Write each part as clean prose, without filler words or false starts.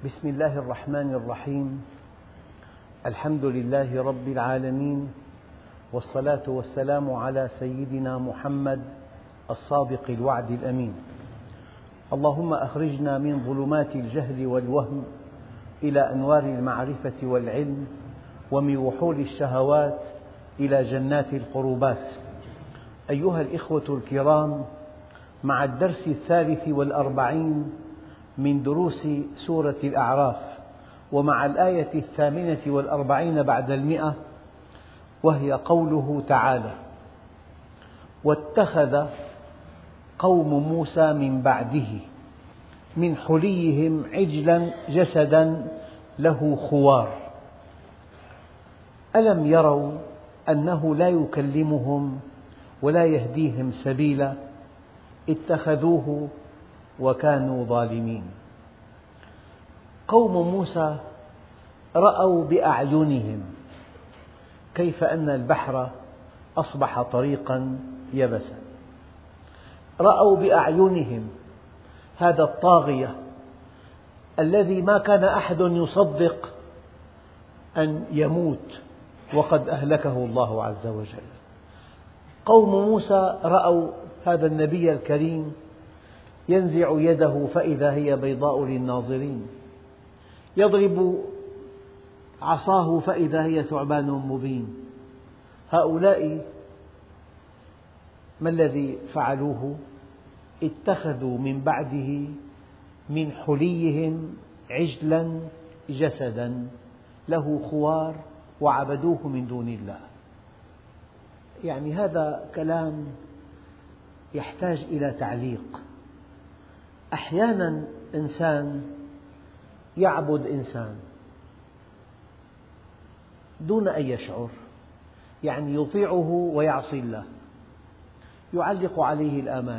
بسم الله الرحمن الرحيم. الحمد لله رب العالمين، والصلاة والسلام على سيدنا محمد الصادق الوعد الأمين. اللهم أخرجنا من ظلمات الجهل والوهم إلى أنوار المعرفة والعلم، ومن وحول الشهوات إلى جنات القربات. أيها الإخوة الكرام، مع الدرس 43 من دروس سورة الأعراف، ومع الآية 48 بعد 100، وهي قوله تعالى: واتخذ قوم موسى من بعده من حليهم عجلا جسدا له خوار ألم يروا أنه لا يكلمهم ولا يهديهم سبيلا اتخذوه وكانوا ظالمين. قوم موسى رأوا بأعينهم كيف أن البحر أصبح طريقا يبسا، رأوا بأعينهم هذا الطاغية الذي ما كان أحد يصدق أن يموت وقد أهلكه الله عز وجل. قوم موسى رأوا هذا النبي الكريم ينزع يده فإذا هي بيضاء للناظرين، يضرب عصاه فإذا هي ثعبان مبين. هؤلاء ما الذي فعلوه؟ اتخذوا من بعده من حليهم عجلا جسدا له خوار وعبدوه من دون الله. يعني هذا كلام يحتاج إلى تعليق. أحيانا إنسان يعبد إنسان دون أن يشعر، يعني يطيعه ويعصي الله، يعلق عليه الآمال،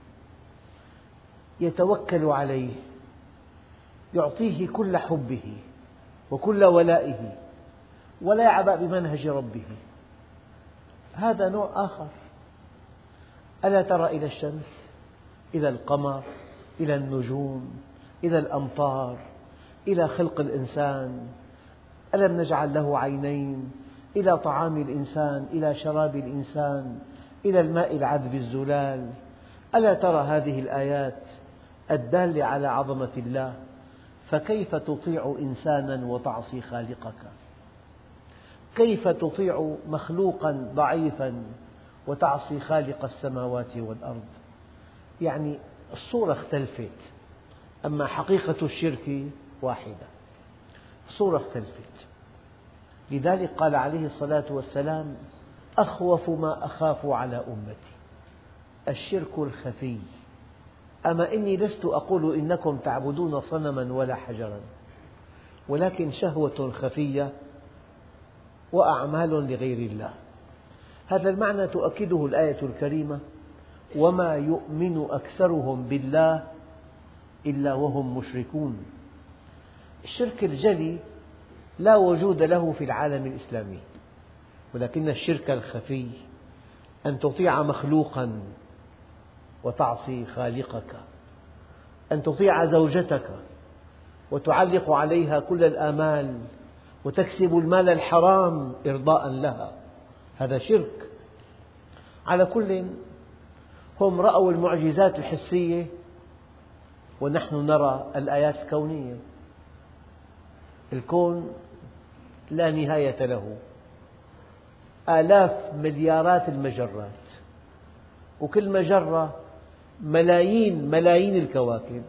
يتوكل عليه، يعطيه كل حبه وكل ولائه، ولا يعبأ بمنهج ربه. هذا نوع آخر. ألا ترى إلى الشمس، إلى القمر، إلى النجوم، إلى الأمطار، إلى خلق الإنسان؟ ألم نجعل له عينين؟ إلى طعام الإنسان، إلى شراب الإنسان، إلى الماء العذب الزلال. ألا ترى هذه الآيات الدالة على عظمة الله؟ فكيف تطيع إنسانا وتعصي خالقك؟ كيف تطيع مخلوقا ضعيفا وتعصي خالق السماوات والأرض؟ يعني الصورة اختلفت، أما حقيقة الشرك واحدة. الصورة اختلفت. لذلك قال عليه الصلاة والسلام: أخوف ما أخاف على أمتي الشرك الخفي. أما إني لست أقول إنكم تعبدون صنما ولا حجرا، ولكن شهوة خفية وأعمال لغير الله. هذا المعنى تؤكده الآية الكريمة: وما يؤمن أكثرهم بالله إلا وهم مشركون. الشرك الجلي لا وجود له في العالم الإسلامي، ولكن الشرك الخفي أن تطيع مخلوقا وتعصي خالقك، أن تطيع زوجتك وتعلق عليها كل الآمال وتكسب المال الحرام إرضاء لها، هذا شرك. على كل، هم رأوا المعجزات الحسية ونحن نرى الآيات الكونية. الكون لا نهاية له، آلاف مليارات المجرات، وكل مجرة ملايين ملايين الكواكب.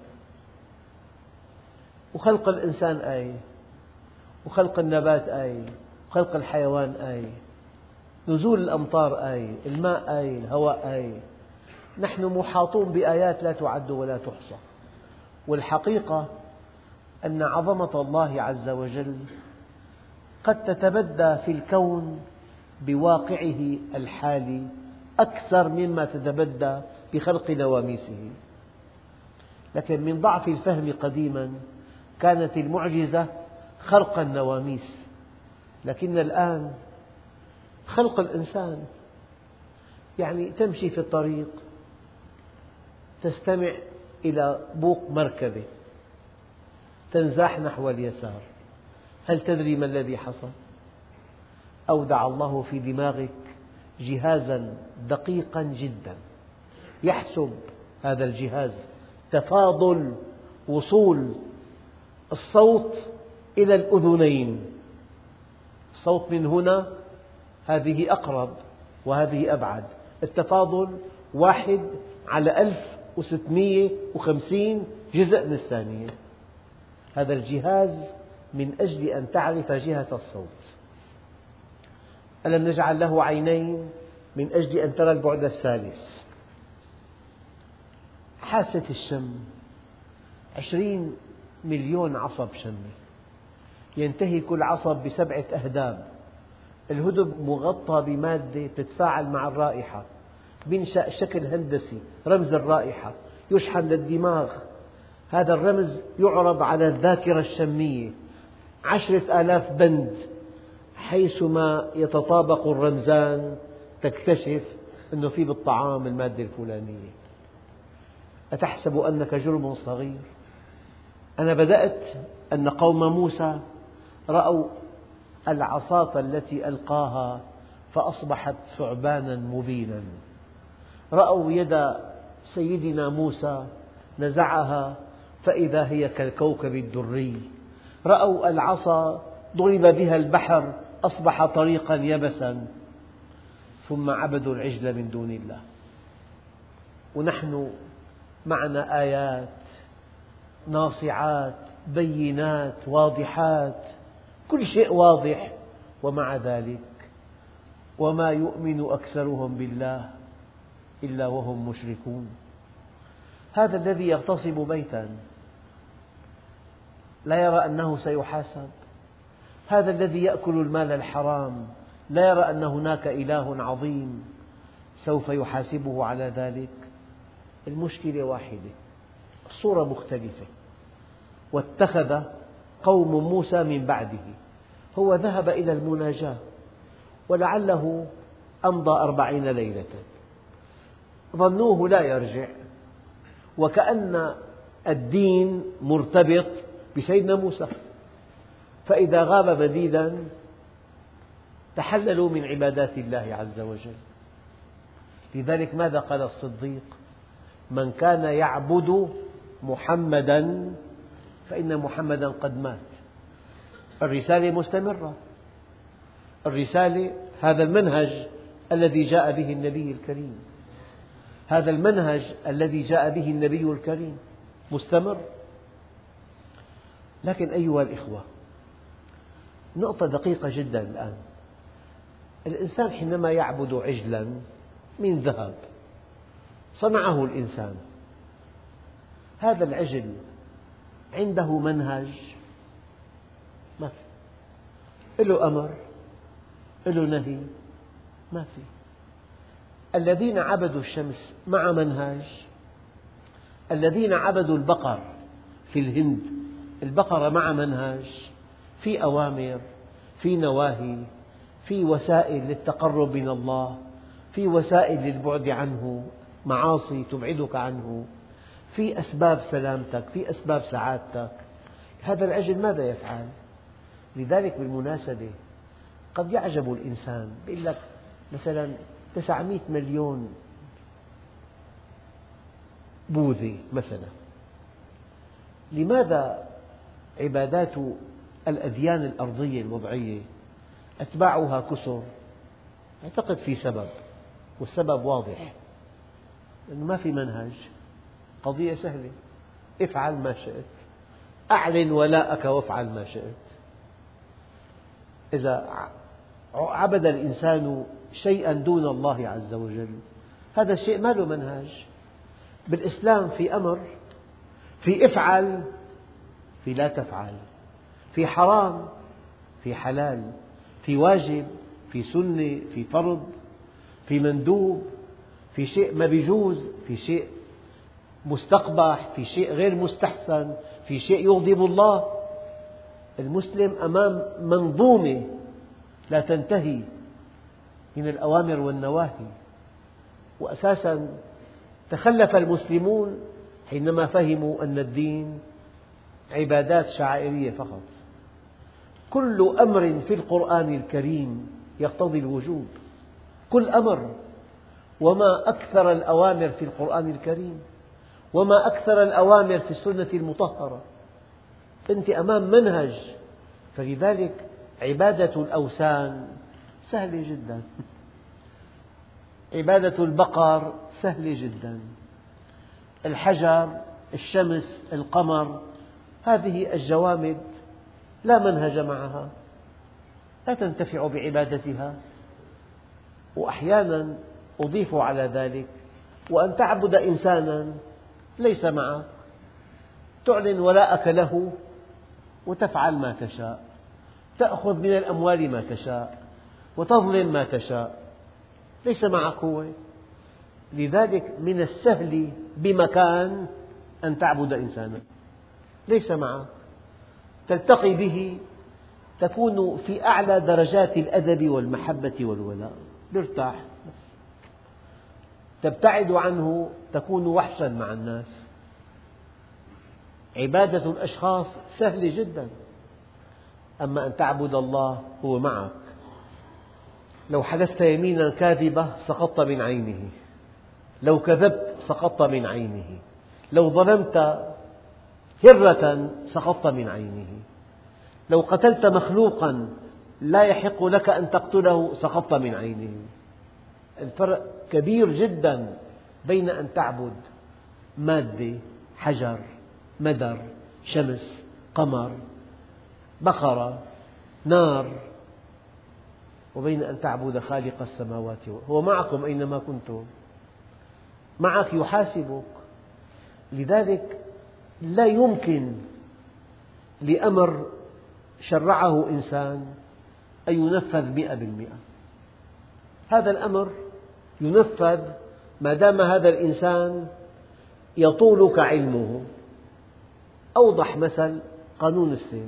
وخلق الإنسان آية، وخلق النبات آية، وخلق الحيوان آية، نزول الأمطار آية، الماء آية، الهواء آية. نحن محاطون بآيات لا تعد ولا تحصى. والحقيقة أن عظمة الله عز وجل قد تتبدى في الكون بواقعه الحالي أكثر مما تتبدى بخلق نواميسه. لكن من ضعف الفهم قديما كانت المعجزة خلق النواميس، لكن الآن خلق الإنسان. يعني تمشي في الطريق تستمع إلى بوق مركبة، تنزاح نحو اليسار. هل تدري ما الذي حصل؟ أودع الله في دماغك جهازا دقيقا جدا يحسب هذا الجهاز تفاضل وصول الصوت إلى الأذنين. الصوت من هنا، هذه أقرب وهذه أبعد، التفاضل 1/1650 جزء من الثانية. هذا الجهاز من أجل أن تعرف جهة الصوت. ألم نجعل له عينين من أجل أن ترى البعد الثالث. حاسة الشم 20 مليون عصب شمي، ينتهي كل عصب ب7 أهداب. الهدب مغطى بمادة تتفاعل مع الرائحة، بينشأ شكل هندسي، رمز الرائحة يشحن للدماغ. هذا الرمز يعرض على الذاكرة الشمية 10,000 بند، حيثما يتطابق الرمزان تكتشف أنه في بالطعام المادة الفلانية. أتحسب أنك جرم صغير؟ أنا بدأت أن قوم موسى رأوا العصاة التي ألقاها فأصبحت ثعبانا مبينا، رأوا يد سيدنا موسى نزعها فإذا هي كالكوكب الدري، رأوا العصا ضرب بها البحر أصبح طريقا يبسا، ثم عبدوا العجل من دون الله. ونحن معنا آيات ناصعات بينات واضحات، كل شيء واضح، ومع ذلك وما يؤمن أكثرهم بالله إلا وهم مشركون. هذا الذي يغتصب بيتا لا يرى أنه سيحاسب، هذا الذي يأكل المال الحرام لا يرى أن هناك إله عظيم سوف يحاسبه على ذلك. المشكلة واحدة، الصورة مختلفة. واتخذ قوم موسى من بعده، هو ذهب إلى المناجاة ولعله أمضى 40 ليلة، ظنوه لا يرجع، وكأن الدين مرتبط بسيدنا موسى، فإذا غاب مديدا تحللوا من عبادات الله عز وجل. لذلك ماذا قال الصديق؟ من كان يعبد محمدا فإن محمدا قد مات. الرسالة مستمرة، الرسالة هذا المنهج الذي جاء به النبي الكريم، هذا المنهج الذي جاء به النبي الكريم مستمر. لكن أيها الإخوة، نقطة دقيقة جدا الآن. الإنسان حينما يعبد عجلا من ذهب صنعه الإنسان، هذا العجل عنده منهج؟ ما في. له أمر، له نهي؟ ما في. الذين عبدوا الشمس مع منهج، الذين عبدوا البقر في الهند، البقرة مع منهج، في أوامر، في نواهي، في وسائل للتقرب من الله، في وسائل للبعد عنه، معاصي تبعدك عنه، في أسباب سلامتك، في أسباب سعادتك. هذا العجل ماذا يفعل؟ لذلك بالمناسبة قد يعجب الإنسان، يقول لك مثلا 900 مليون بوذي مثلا، لماذا عبادات الأديان الأرضية المضعية أتباعها كثر؟ أعتقد في سبب، والسبب واضح، لأنه ما في منهج. قضية سهلة، افعل ما شئت، أعلن ولاءك وافعل ما شئت. إذا عبد الإنسان شيئا دون الله عز وجل، هذا الشيء ما له منهج. بالإسلام في أمر، في افعل، في لا تفعل، في حرام، في حلال، في واجب، في سنة، في فرض، في مندوب، في شيء ما بيجوز، في شيء مستقبح، في شيء غير مستحسن، في شيء يغضب الله. المسلم أمام منظومة لا تنتهي من الأوامر والنواهي، وأساسا تخلف المسلمون حينما فهموا أن الدين عبادات شعائرية فقط. كل أمر في القرآن الكريم يقتضي الوجوب، كل أمر. وما أكثر الأوامر في القرآن الكريم، وما أكثر الأوامر في السنة المطهرة. أنت أمام منهج، فلذلك عبادة الأوثان سهلة جدا، عبادة البقر سهلة جدا، الحجر، الشمس، القمر، هذه الجوامد لا منهج معها، لا تنتفع بعبادتها. وأحيانا أضيف على ذلك: وأن تعبد إنسانا ليس معك، تعلن ولاءك له وتفعل ما تشاء، تأخذ من الأموال ما تشاء وتظلم ما تشاء، ليس معك هو. لذلك من السهل بمكان أن تعبد إنسانا ليس معك، تلتقي به تكون في أعلى درجات الأدب والمحبة والولاء، ترتاح. تبتعد عنه تكون وحشا مع الناس. عبادة الأشخاص سهلة جدا، أما أن تعبد الله هو معك. لو حلفت يمينا كاذبة سقطت من عينه، لو كذبت سقطت من عينه، لو ظلمت هرة سقطت من عينه، لو قتلت مخلوقا لا يحق لك أن تقتله سقطت من عينه. الفرق كبير جدا بين أن تعبد مادة، حجر، مدر، شمس، قمر، بقرة، نار، وبين أن تعبد خالق السماوات. هو معكم أينما كنتم، معك يحاسبك. لذلك لا يمكن لأمر شرعه إنسان أن ينفذ 100%. هذا الأمر ينفذ ما دام هذا الإنسان يطولك علمه. أوضح مثل قانون السير،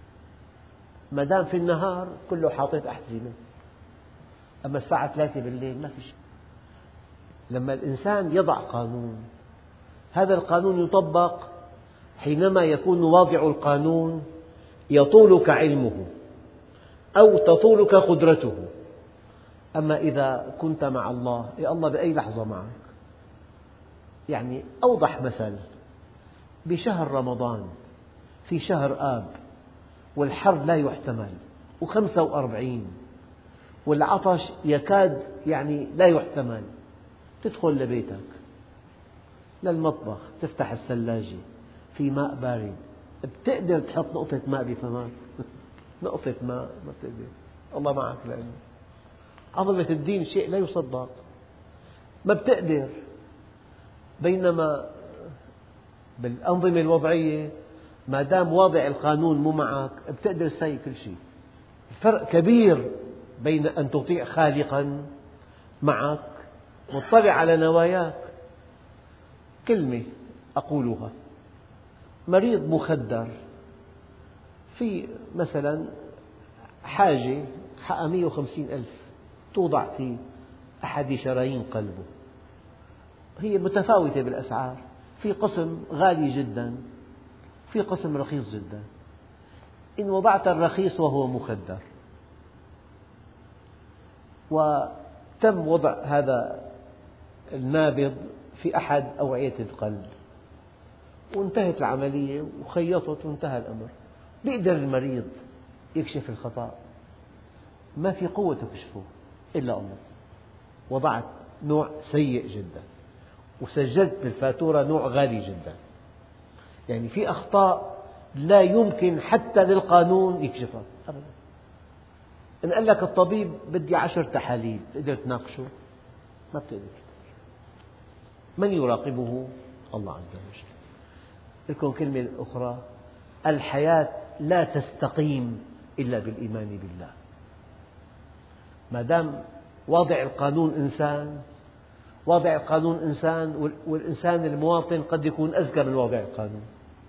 ما دام في النهار كله حاطط أحزمة، أما الساعة 3 بالليل ما في شيء. لما الإنسان يضع قانون، هذا القانون يطبق حينما يكون واضع القانون يطولك علمه أو تطولك قدرته. أما إذا كنت مع الله، الله بأي لحظة معك. يعني أوضح مثل بشهر رمضان، في شهر آب والحر لا يحتمل، و45 والعطش يكاد لا يحتمل، تدخل لبيتك للمطبخ تفتح الثلاجة، في ماء بارد، بتقدر تحط نقطة ماء بفمك؟ نقطة ماء ما بتقدر. الله معك، لأنه عظمة الدين شيء لا يصدق، ما بتقدر. بينما بالأنظمة الوضعية ما دام واضع القانون مو معك بتقدر تسوي كل شيء. الفرق كبير بين أن تطيع خالقا معك مطلع على نواياك. كلمة أقولها: مريض مخدر، في مثلا حاجة حقها 150,000 توضع في أحد شرايين قلبه، هي متفاوتة بالأسعار، في قسم غالي جدا، في قسم رخيص جدا. إن وضعت الرخيص وهو مخدر، وتم وضع هذا النابض في أحد أوعية القلب وانتهت العملية وخيطت وانتهى الأمر، بيقدر المريض يكشف الخطأ؟ ما في قوة تكشفه إلا الله. وضعت نوع سيء جدا وسجلت بالفاتورة نوع غالي جدا. يعني في أخطاء لا يمكن حتى للقانون يكشفها أبدا. إن قال لك الطبيب بدي 10 تحاليل، تقدر تناقشه؟ ما بتقدر. من يراقبه؟ الله عز وجل. لكم كلمة أخرى: الحياة لا تستقيم إلا بالإيمان بالله. ما دام واضع القانون إنسان، واضع القانون إنسان، والإنسان المواطن قد يكون أذكى من واضع القانون.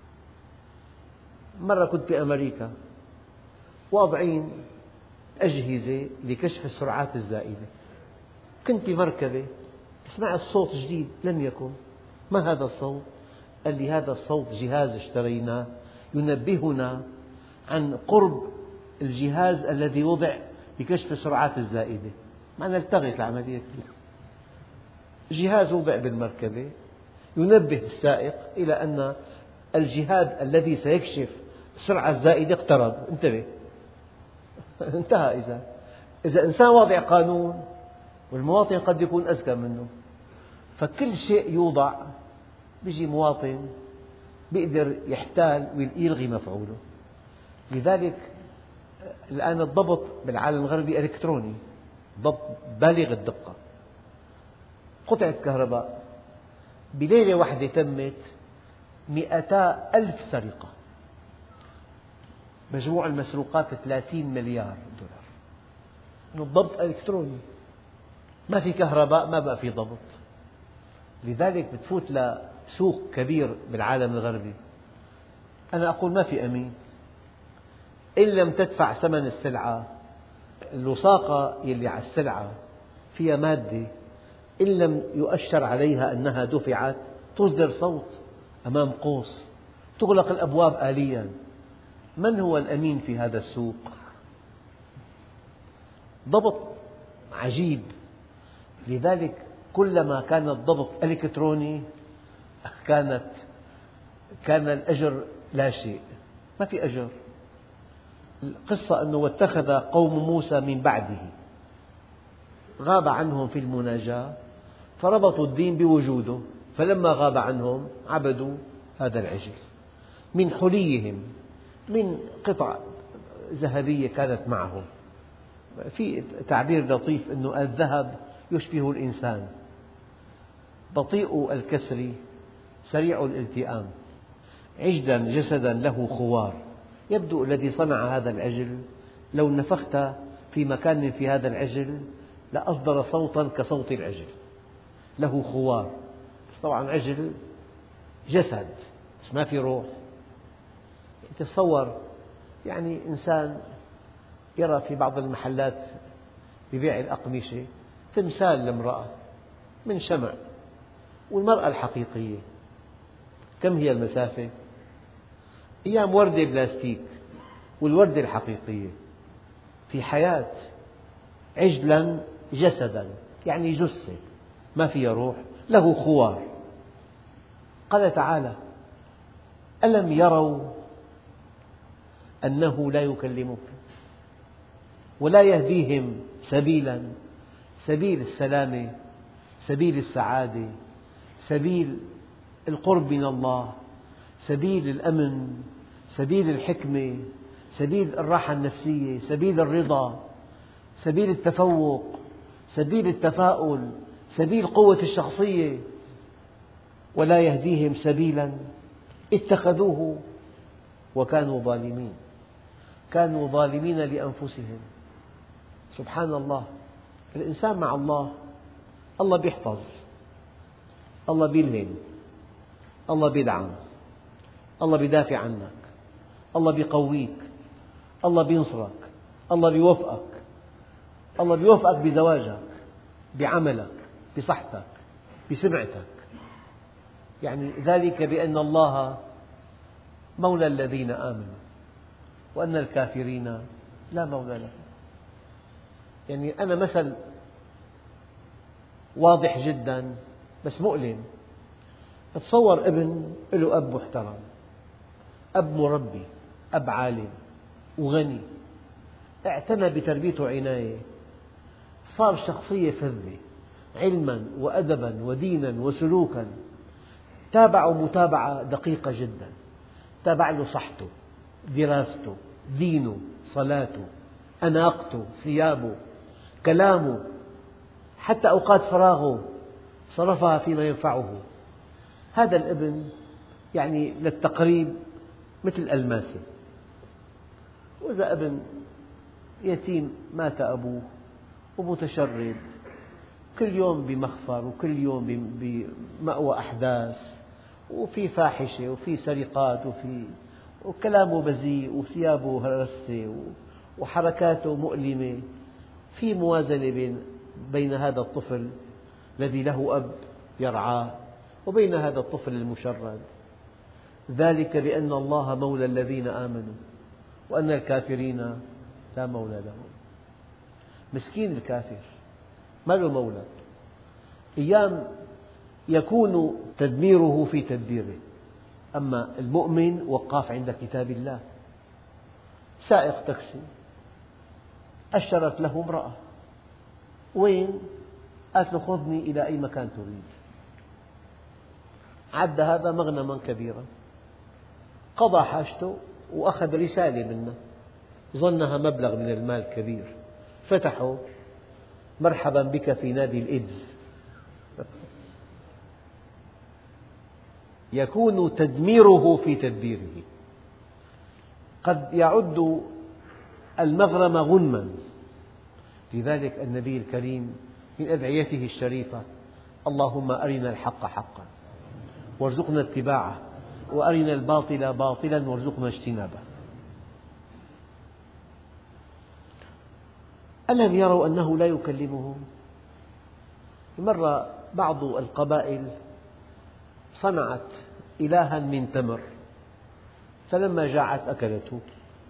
مرة كنت في أمريكا، واضعين أجهزة لكشف السرعات الزائدة، كنت بمركبة سمعت صوت جديد لم يكن. ما هذا الصوت؟ قال لي: هذا الصوت جهاز اشتريناه ينبهنا عن قرب الجهاز الذي وضع لكشف السرعات الزائدة. معنى التغت العملية كلها. جهاز وضع بالمركبة ينبه السائق إلى أن الجهاد الذي سيكشف السرعة الزائدة اقترب، انتبه. انتهى. إذا إنسان واضع قانون والمواطن قد يكون أذكى منه، فكل شيء يوضع يجي مواطن يقدر يحتال ويلغي مفعوله. لذلك الآن الضبط بالعالم الغربي إلكتروني، ضبط بالغ الدقة. قطعة كهرباء بليلة واحدة تمت 200,000 سرقة، مجموع المسروقات 30 مليار دولار. الضبط إلكتروني، ما في كهرباء ما بقى في ضبط. لذلك بتفوت لسوق كبير بالعالم الغربي، أنا أقول ما في أمين إن لم تدفع ثمن السلعة. الوثاقة اللي على السلعة فيها مادة إن لم يؤشر عليها أنها دفعت تصدر صوت أمام قوس، تغلق الأبواب آليا. من هو الأمين في هذا السوق؟ ضبط عجيب. لذلك كلما كان الضبط إلكتروني كان الأجر لا شيء، ما في أجر. القصة أنه واتخذ قوم موسى من بعده، غاب عنهم في المناجاة فربطوا الدين بوجوده، فلما غاب عنهم عبدوا هذا العجل من حليهم، من قطع ذهبية كانت معهم. في تعبير لطيف أنه الذهب يشبه الإنسان، بطيء الكسر سريع الالتئام، عجلا جسدا له خوار. يبدو الذي صنع هذا العجل لو نفخت في مكان في هذا العجل لأصدر صوتا كصوت العجل، له خوار. بس طبعا عجل جسد بس ما في روح. تصور يعني إنسان يرى في بعض المحلات ببيع الأقمشة تمثال لامرأة من شمع، والمرأة الحقيقية كم هي المسافة؟ أيام وردة بلاستيك والوردة الحقيقية في حياة. عجلا جسدا يعني جثة ما فيها روح، له خوار. قال تعالى: ألم يروا أنه لا يكلمهم ولا يهديهم سبيلا، سبيل السلامة، سبيل السعادة، سبيل القرب من الله، سبيل الأمن، سبيل الحكمة، سبيل الراحة النفسية، سبيل الرضا، سبيل التفوق، سبيل التفاؤل، سبيل قوة الشخصية. ولا يهديهم سبيلا اتخذوه وكانوا ظالمين، كانوا ظالمين لأنفسهم. سبحان الله. الإنسان مع الله، الله بيحفظ، الله بيلهم، الله بيدعم، الله بيدافع عنك، الله بيقويك، الله بينصرك، الله بيوفقك، الله بيوفقك بزواجك، بعملك، بصحتك، بسمعتك. يعني ذلك بأن الله مولى الذين آمنوا وأن الكافرين لا مولى لهم. يعني أنا مثل واضح جدا بس مؤلم. تصور ابن له أب محترم، أب مربي، أب عالم وغني، اعتنى بتربيته عناية، صار شخصية فذة علما وأدبا ودينا وسلوكا، تابعه متابعة دقيقة جدا، تابع له صحته، دراسته، دينه، صلاته، أناقته، ثيابه، كلامه، حتى أوقات فراغه صرفها فيما ينفعه. هذا الابن يعني للتقريب مثل الألماسة. وإذا ابن يتيم مات أبوه ومتشرد كل يوم بمخفر وكل يوم بمأوى أحداث، وفي فاحشة وفي سرقات وكلامه بذيء وثيابه رثة وحركاته مؤلمة، في موازنة بين هذا الطفل الذي له أب يرعاه وبين هذا الطفل المشرد. ذلك بأن الله مولى الذين آمنوا وأن الكافرين لا مولى لهم. مسكين الكافر ما له مولى، أيام يكون تدميره في تدبيره، أما المؤمن وقاف عند كتاب الله. سائق تاكسي أشرت له امرأة، وين؟ قالت له خذني إلى أي مكان تريد. عد هذا مغنما كبيرا، قضى حاجته وأخذ رسالة منه ظنها مبلغ من المال كبير، فتحه: مرحبا بك في نادي الإيدز. يكون تدميره في تدبيره. قد يعد المغرم غنما. لذلك النبي الكريم من أدعيته الشريفة: اللهم أرنا الحق حقا وارزقنا اتباعه، وأرنا الباطل باطلا وارزقنا اجتنابه. ألم يروا أنه لا يكلمهم؟ مرة بعض القبائل صنعت إلها من تمر، فلما جاعت أكلته.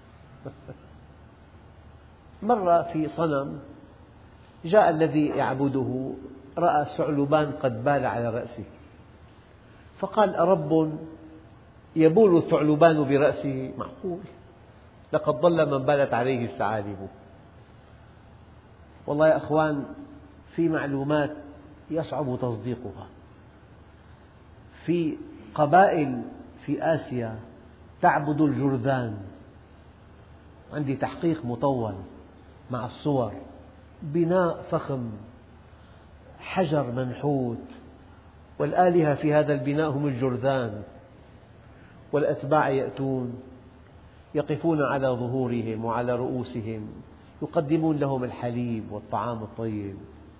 مرة في صنم جاء الذي يعبده، رأى ثعلبان قد بال على رأسه، فقال: أرب يبول الثعلبان برأسه؟ معقول؟ لقد ضل من بالت عليه الثعالب. والله يا أخوان، في معلومات يصعب تصديقها. في قبائل في آسيا تعبد الجرذان. عندي تحقيق مطول مع الصور، بناء فخم، حجر منحوت، والآلهة في هذا البناء هم الجرذان، والأتباع يأتون يقفون على ظهورهم وعلى رؤوسهم، يقدمون لهم الحليب والطعام الطيب.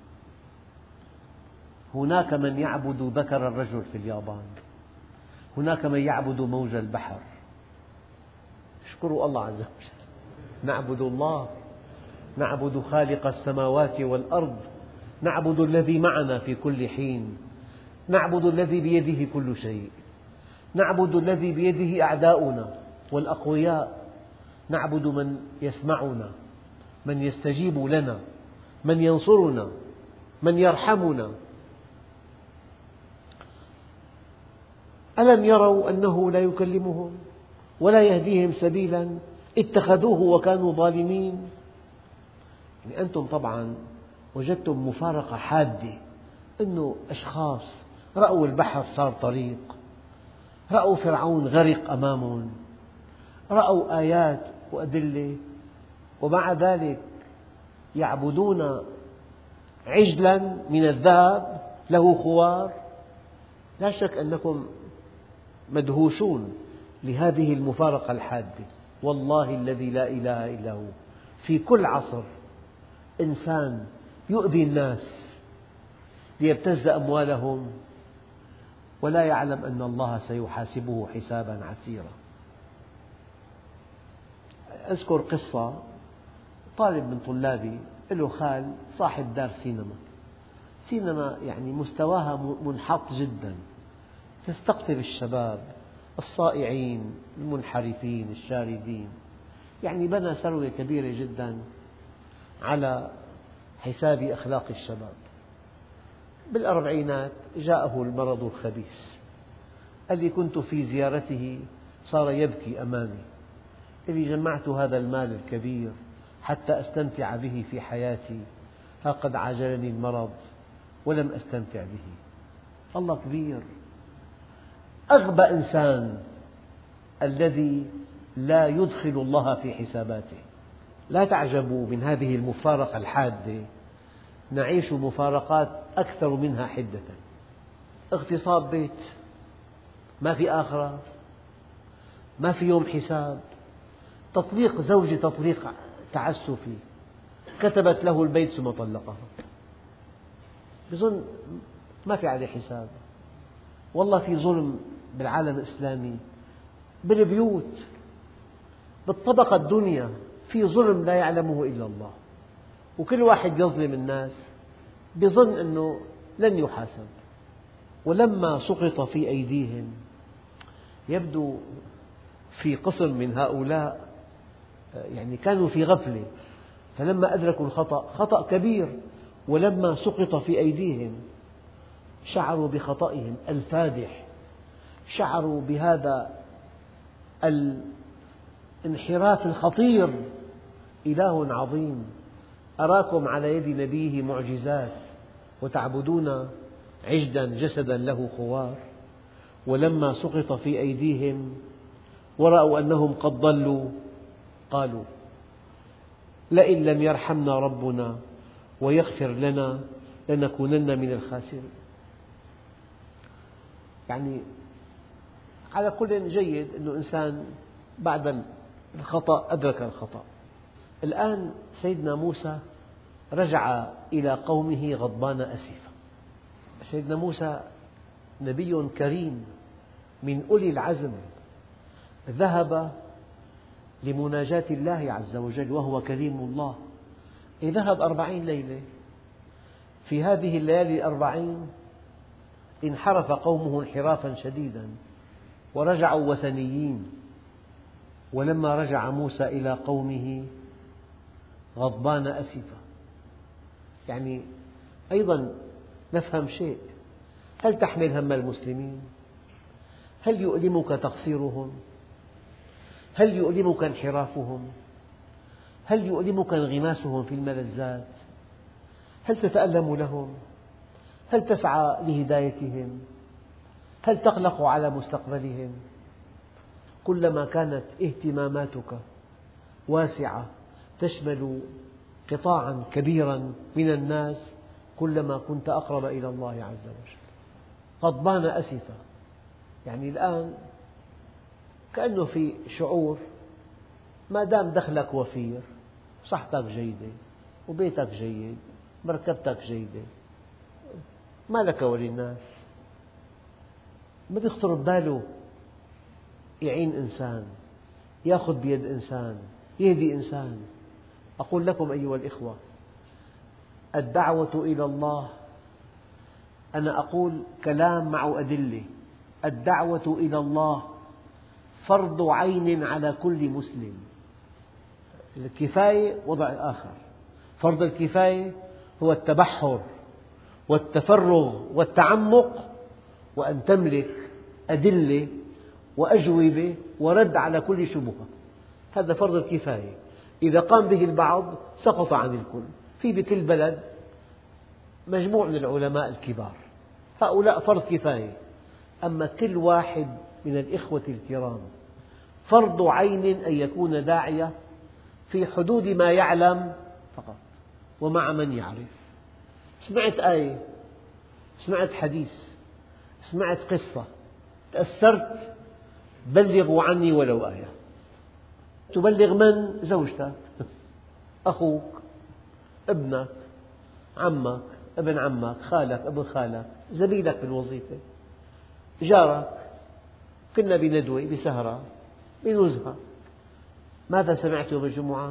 هناك من يعبد ذكر الرجل في اليابان، هناك من يعبد موج البحر. اشكروا الله عز وجل. نعبد الله، نعبد خالق السماوات والأرض، نعبد الذي معنا في كل حين، نعبد الذي بيده كل شيء، نعبد الذي بيده أعداؤنا والأقوياء، نعبد من يسمعنا، من يستجيب لنا، من ينصرنا، من يرحمنا. ألم يروا أنه لا يكلمهم ولا يهديهم سبيلا؟ اتخذوه وكانوا ظالمين. يعني أنتم طبعا وجدتم مفارقة حادة، أنه أشخاص رأوا البحر صار طريق، رأوا فرعون غرق أمامهم، رأوا آيات وأدلة، ومع ذلك يعبدون عجلا من الذهب له خوار. لا شك أنكم مدهوشون لهذه المفارقة الحادة. والله الذي لا إله إلا هو، في كل عصر إنسان يؤذي الناس ليبتز أموالهم ولا يعلم أن الله سيحاسبه حسابا عسيرا. أذكر قصة: طالب من طلابي له خال صاحب دار سينما يعني مستواها منحط جدا، تستقطب الشباب الصائعين المنحرفين الشاردين. يعني بنى ثروة كبيرة جدا على حساب أخلاق الشباب. بالأربعينات جاءه المرض الخبيث. قال لي: كنت في زيارته صار يبكي أمامي، قال لي: جمعت هذا المال الكبير حتى أستمتع به في حياتي، ها قد عاجلني المرض ولم أستمتع به. الله كبير. أغبى إنسان الذي لا يدخل الله في حساباته. لا تعجبوا من هذه المفارقة الحادة، نعيش مفارقات أكثر منها حدة. اغتصاب بيت، ما في آخرة، ما في يوم حساب. تطليق زوجة تطليق تعسفي، كتبت له البيت ثم طلقها، بظن ما في عليه حساب. والله في ظلم بالعالم الإسلامي، بالبيوت، بالطبقة الدنيا في ظلم لا يعلمه إلا الله، وكل واحد يظلم الناس بظن أنه لن يحاسب. ولما سقط في أيديهم يبدو في قسم من هؤلاء يعني كانوا في غفلة، فلما أدركوا الخطأ، خطأ كبير، ولما سقط في أيديهم شعروا بخطئهم الفادح، شعروا بهذا الانحراف الخطير. إله عظيم أراكم على يد نبيه معجزات وتعبدون عجلا جسدا له خوار. ولما سقط في أيديهم ورأوا أنهم قد ضلوا قالوا لئن لم يرحمنا ربنا ويغفر لنا لنكونن من الخاسرين. يعني على كل جيد أن إنسان بعد الخطأ أدرك الخطأ. الآن سيدنا موسى رجع إلى قومه غضبان أسفا. سيدنا موسى نبي كريم من أولي العزم، ذهب لمناجاة الله عز وجل وهو كريم الله، ذهب 40 ليلة. في هذه الليالي 40 انحرف قومه انحرافا شديدا ورجعوا وثنيين. ولما رجع موسى إلى قومه غضبان أسفا، يعني أيضا نفهم شيء، هل تحمل هم المسلمين؟ هل يؤلمك تقصيرهم؟ هل يؤلمك انحرافهم؟ هل يؤلمك انغماسهم في الملذات؟ هل تتألم لهم؟ هل تسعى لهدايتهم؟ هل تقلق على مستقبلهم؟ كلما كانت اهتماماتك واسعة تشمل قطاعا كبيرا من الناس كلما كنت أقرب إلى الله عز وجل. غضبان أسفا، يعني الآن كأنه في شعور ما دام دخلك وفير، صحتك جيدة، وبيتك جيد، مركبتك جيدة، ما لك وللناس. ما بيخطر بباله يعين إنسان، يأخذ بيد إنسان، يهدي إنسان. أقول لكم أيها الإخوة، الدعوة إلى الله، أنا أقول كلام مع أدلة، الدعوة إلى الله فرض عين على كل مسلم. الكفاية وضع آخر، فرض الكفاية هو التبحر والتفرغ والتعمق، وأن تملك أدلة وأجوبة ورد على كل شبهة. هذا فرض الكفاية، إذا قام به البعض سقط عن الكل. في بكل بلد مجموع من العلماء الكبار، هؤلاء فرض كفاية. أما كل واحد من الإخوة الكرام فرض عين أن يكون داعية في حدود ما يعلم فقط ومع من يعرف. سمعت آية، سمعت حديث، سمعت قصة، تأثرت، بلغوا عني ولو آية. تبلغ من؟ زوجتك، أخوك، ابنك، عمك، ابن عمك، خالك، ابن خالك، زميلك بالوظيفة، جارك. كنا بندوة، بسهرة، بنزهة، ماذا سمعت يوم الجمعة؟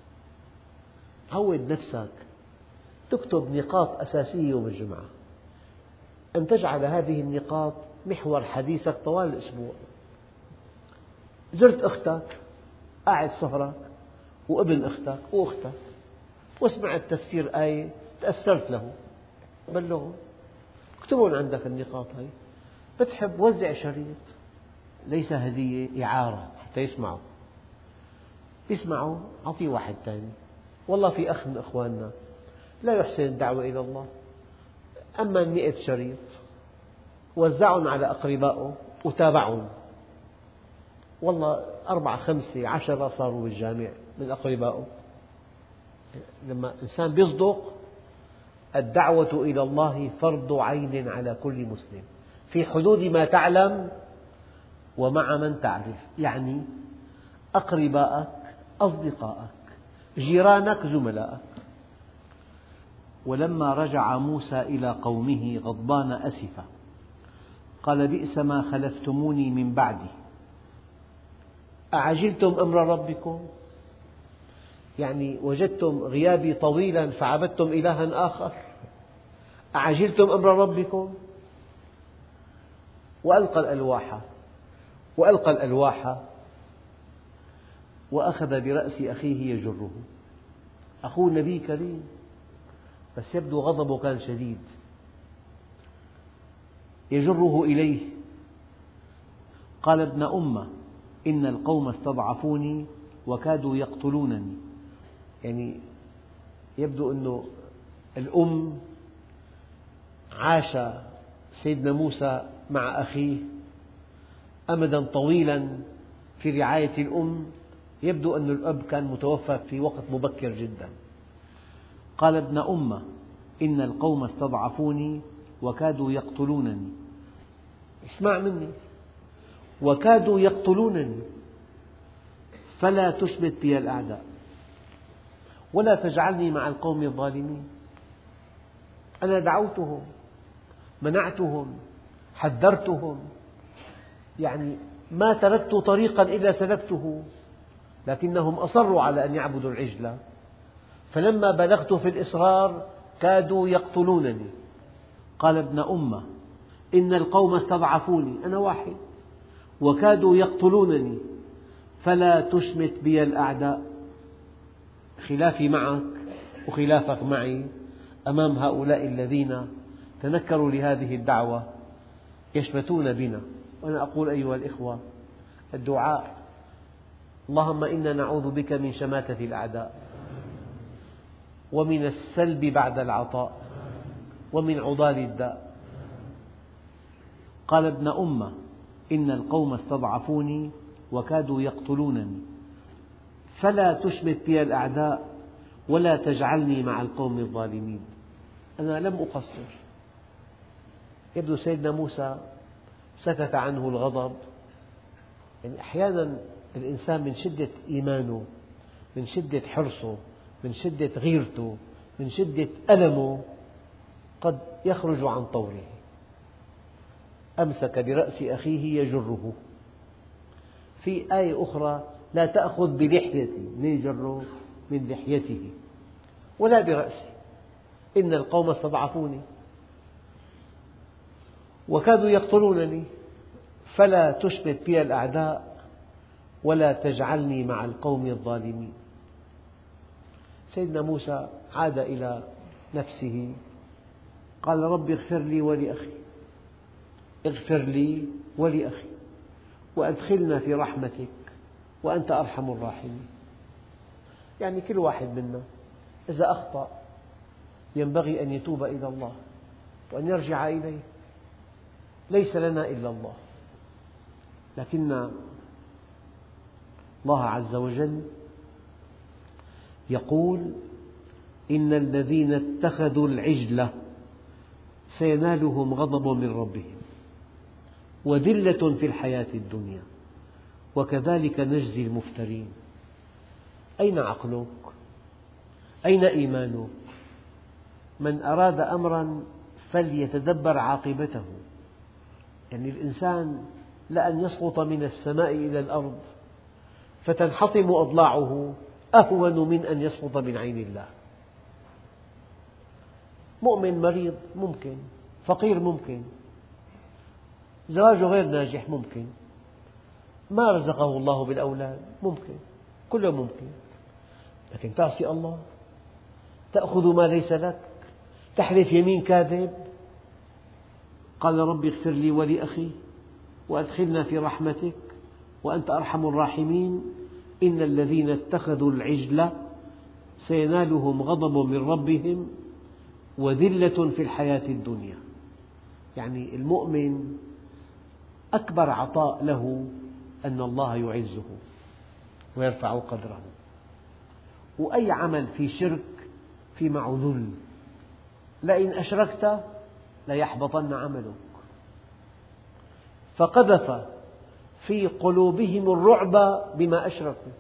عود نفسك تكتب نقاط أساسية يوم الجمعة، أن تجعل هذه النقاط محور حديثك طوال الأسبوع. زرت أختك، قاعد صهرك وابن أختك وأختك، وسمعت تفسير آية تأثرت له، بلغهم، اكتبهم عندك النقاط هذه. بتحب وزع شريط، ليس هدية، إعارة حتى يسمعوا. يسمعوا، أعطيه واحد ثاني. والله في أخ من إخواننا لا يحسن الدعوة إلى الله، أما 100 شريط وزعهم على أقربائه وتابعهم. والله 4 5 10 صاروا بالجامع من أقربائه. لما إنسان يصدق، الدعوة إلى الله فرض عين على كل مسلم في حدود ما تعلم ومع من تعرف، يعني أقربائك، أصدقائك، جيرانك، زملائك. ولما رجع موسى إلى قومه غضبان أسفا قال بئس ما خلفتموني من بعدي أعجلتم أمر ربكم، يعني وجدتم غيابي طويلا فعبدتم إلها آخر. أعجلتم أمر ربكم. وألقى الألواح وألقى الألواح وأخذ برأس أخيه يجره. أخوه نبي كريم، بس يبدو غضبه كان شديد، يجره إليه. قال ابن أمة إن القوم استضعفوني وكادوا يقتلونني. يعني يبدو أن الأم عاش سيدنا موسى مع أخيه أمدا طويلا في رعاية الأم. يبدو أن الأب كان متوفى في وقت مبكر جدا. قال ابن أمة إن القوم استضعفوني وكادوا يقتلونني. اسمع مني، وكادوا يقتلونني فلا تشمت بي الأعداء ولا تجعلني مع القوم الظالمين. أنا دعوتهم، منعتهم، حذرتهم، يعني ما تركت طريقا إلا سلكته، لكنهم أصروا على أن يعبدوا العجلة. فلما بلغت في الإصرار كادوا يقتلونني. قال ابن أمة إن القوم استضعفوني، أنا واحد، وكادوا يقتلونني فلا تشمت بي الأعداء. خلافي معك وخلافك معي أمام هؤلاء الذين تنكروا لهذه الدعوة يشمتون بنا. وأنا أقول أيها الإخوة، الدعاء اللهم إنا نعوذ بك من شماتة الأعداء ومن السلب بعد العطاء ومن عضال الداء. قال ابن أمة إن القوم استضعفوني وكادوا يقتلونني فلا تشمت بي الأعداء ولا تجعلني مع القوم الظالمين. أنا لم أقصر. يبدو سيدنا موسى سكت عنه الغضب. يعني أحيانا الإنسان من شدة إيمانه، من شدة حرصه، من شدة غيرته، من شدة ألمه قد يخرج عن طوره. أمسك برأس أخيه يجره. في آية أخرى لا تأخذ بلحيتي، من يجره؟ من لحيته، ولا برأسي. إن القوم استضعفوني وكادوا يقتلونني فلا تشمت بي الأعداء ولا تجعلني مع القوم الظالمين. سيدنا موسى عاد إلى نفسه، قال رب اغفر لي ولأخي، اغفر لي ولأخي وأدخلنا في رحمتك وأنت أرحم الراحمين. يعني كل واحد منا إذا أخطأ ينبغي أن يتوب إلى الله وأن يرجع إليه. ليس لنا إلا الله، لكن الله عز وجل يقول إن الذين اتخذوا العجل سينالهم غضب من ربهم وذلة في الحياة الدنيا وكذلك نجزي المفترين. أين عقلك؟ أين إيمانك؟ من أراد أمرا فليتدبر عاقبته. يعني الإنسان لأن يسقط من السماء إلى الأرض فتنحطم أضلاعه أهون من أن يسقط من عين الله. مؤمن مريض ممكن، فقير ممكن، زواجه غير ناجح ممكن، ما رزقه الله بالأولاد ممكن، كله ممكن. لكن تعصي الله، تأخذ ما ليس لك، تحلف يمين كاذب. قال رب اغفر لي ولأخي وأدخلنا في رحمتك وأنت أرحم الراحمين. إن الذين اتخذوا العجل سينالهم غضب من ربهم وذلة في الحياة الدنيا. يعني المؤمن أكبر عطاء له أن الله يعزه ويرفع قدره. وأي عمل في شرك في معه ذل، لئن أشركت ليحبطن عملك. فقذف في قلوبهم الرعب بما أشركوا.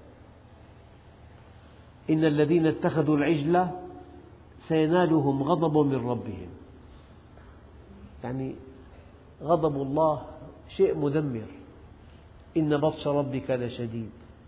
إن الذين اتخذوا العجل سينالهم غضب من ربهم. يعني غضب الله شيء مدمر. إن بطش ربك لشديد.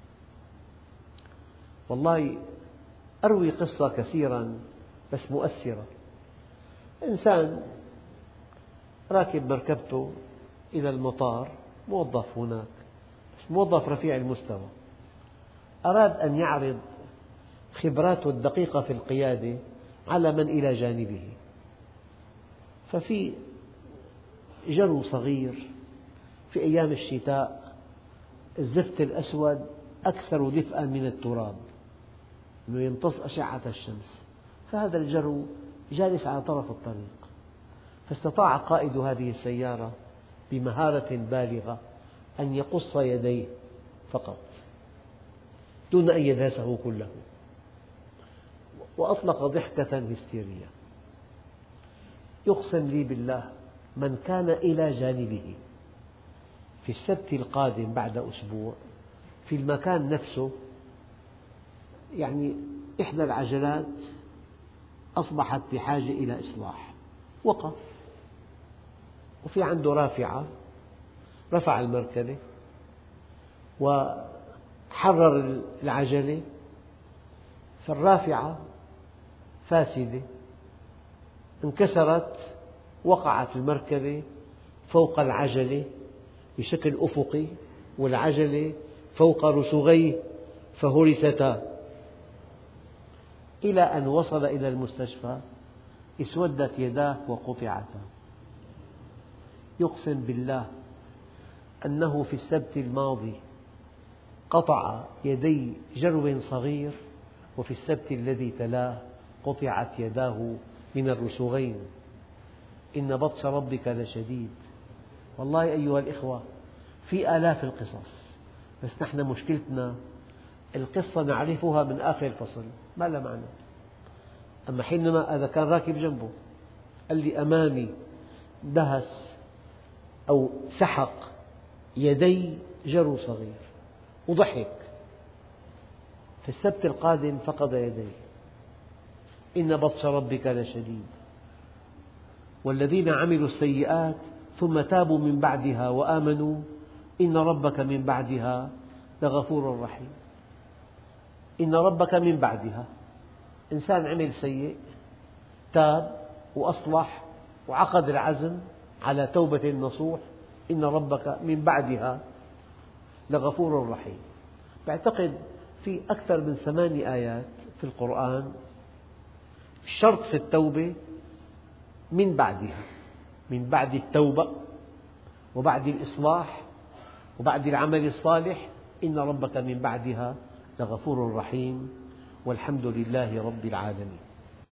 والله أروي قصة كثيرا بس مؤثرة. إنسان راكب مركبته إلى المطار، موظف هناك، موظف رفيع المستوى أراد أن يعرض خبراته الدقيقة في القيادة على من إلى جانبه، ففي جرو صغير في أيام الشتاء، الزفت الأسود أكثر دفئا من التراب، أنه يمتص أشعة الشمس، فهذا الجرو جالس على طرف الطريق، فاستطاع قائد هذه السيارة بمهارة بالغة أن يقص يديه فقط دون أن يدهسه كله، وأطلق ضحكة هستيرية. يقسم لي بالله من كان إلى جانبه في السبت القادم بعد أسبوع في المكان نفسه، يعني إحدى العجلات أصبحت بحاجة إلى إصلاح، وقف وفي عنده رافعة، رفع المركبة وحرر العجلة، فالرافعة فاسدة انكسرت، وقعت المركبة فوق العجلة بشكل أفقي والعجلة فوق رسغيه فهرستا، إلى أن وصل إلى المستشفى اسودت يداه وقطعتا. يقسم بالله أنه في السبت الماضي قطع يدي جرو صغير، وفي السبت الذي تلاه قطعت يداه من الرسغين. إن بطش ربك لشديد. والله أيها الإخوة في آلاف القصص، بس نحن مشكلتنا القصة نعرفها من آخر الفصل ما لها معنى. أما حينما هذا كان راكب جنبه قال لي أمامي دهس أو سحق يدي جرو صغير وضحك، في السبت القادم فقد يديه. إن بطش ربك لشديد. والذين عملوا السيئات ثم تابوا من بعدها وآمنوا إن ربك من بعدها لغفور رحيم. إن ربك من بعدها، إنسان عمل سيء تاب وأصلح وعقد العزم على توبة نصوح، إن ربك من بعدها لغفور رحيم. بعتقد في أكثر من 8 آيات في القرآن الشرط في التوبة من بعدها، من بعد التوبة وبعد الإصلاح وبعد العمل الصالح، إن ربك من بعدها لغفور رحيم. والحمد لله رب العالمين.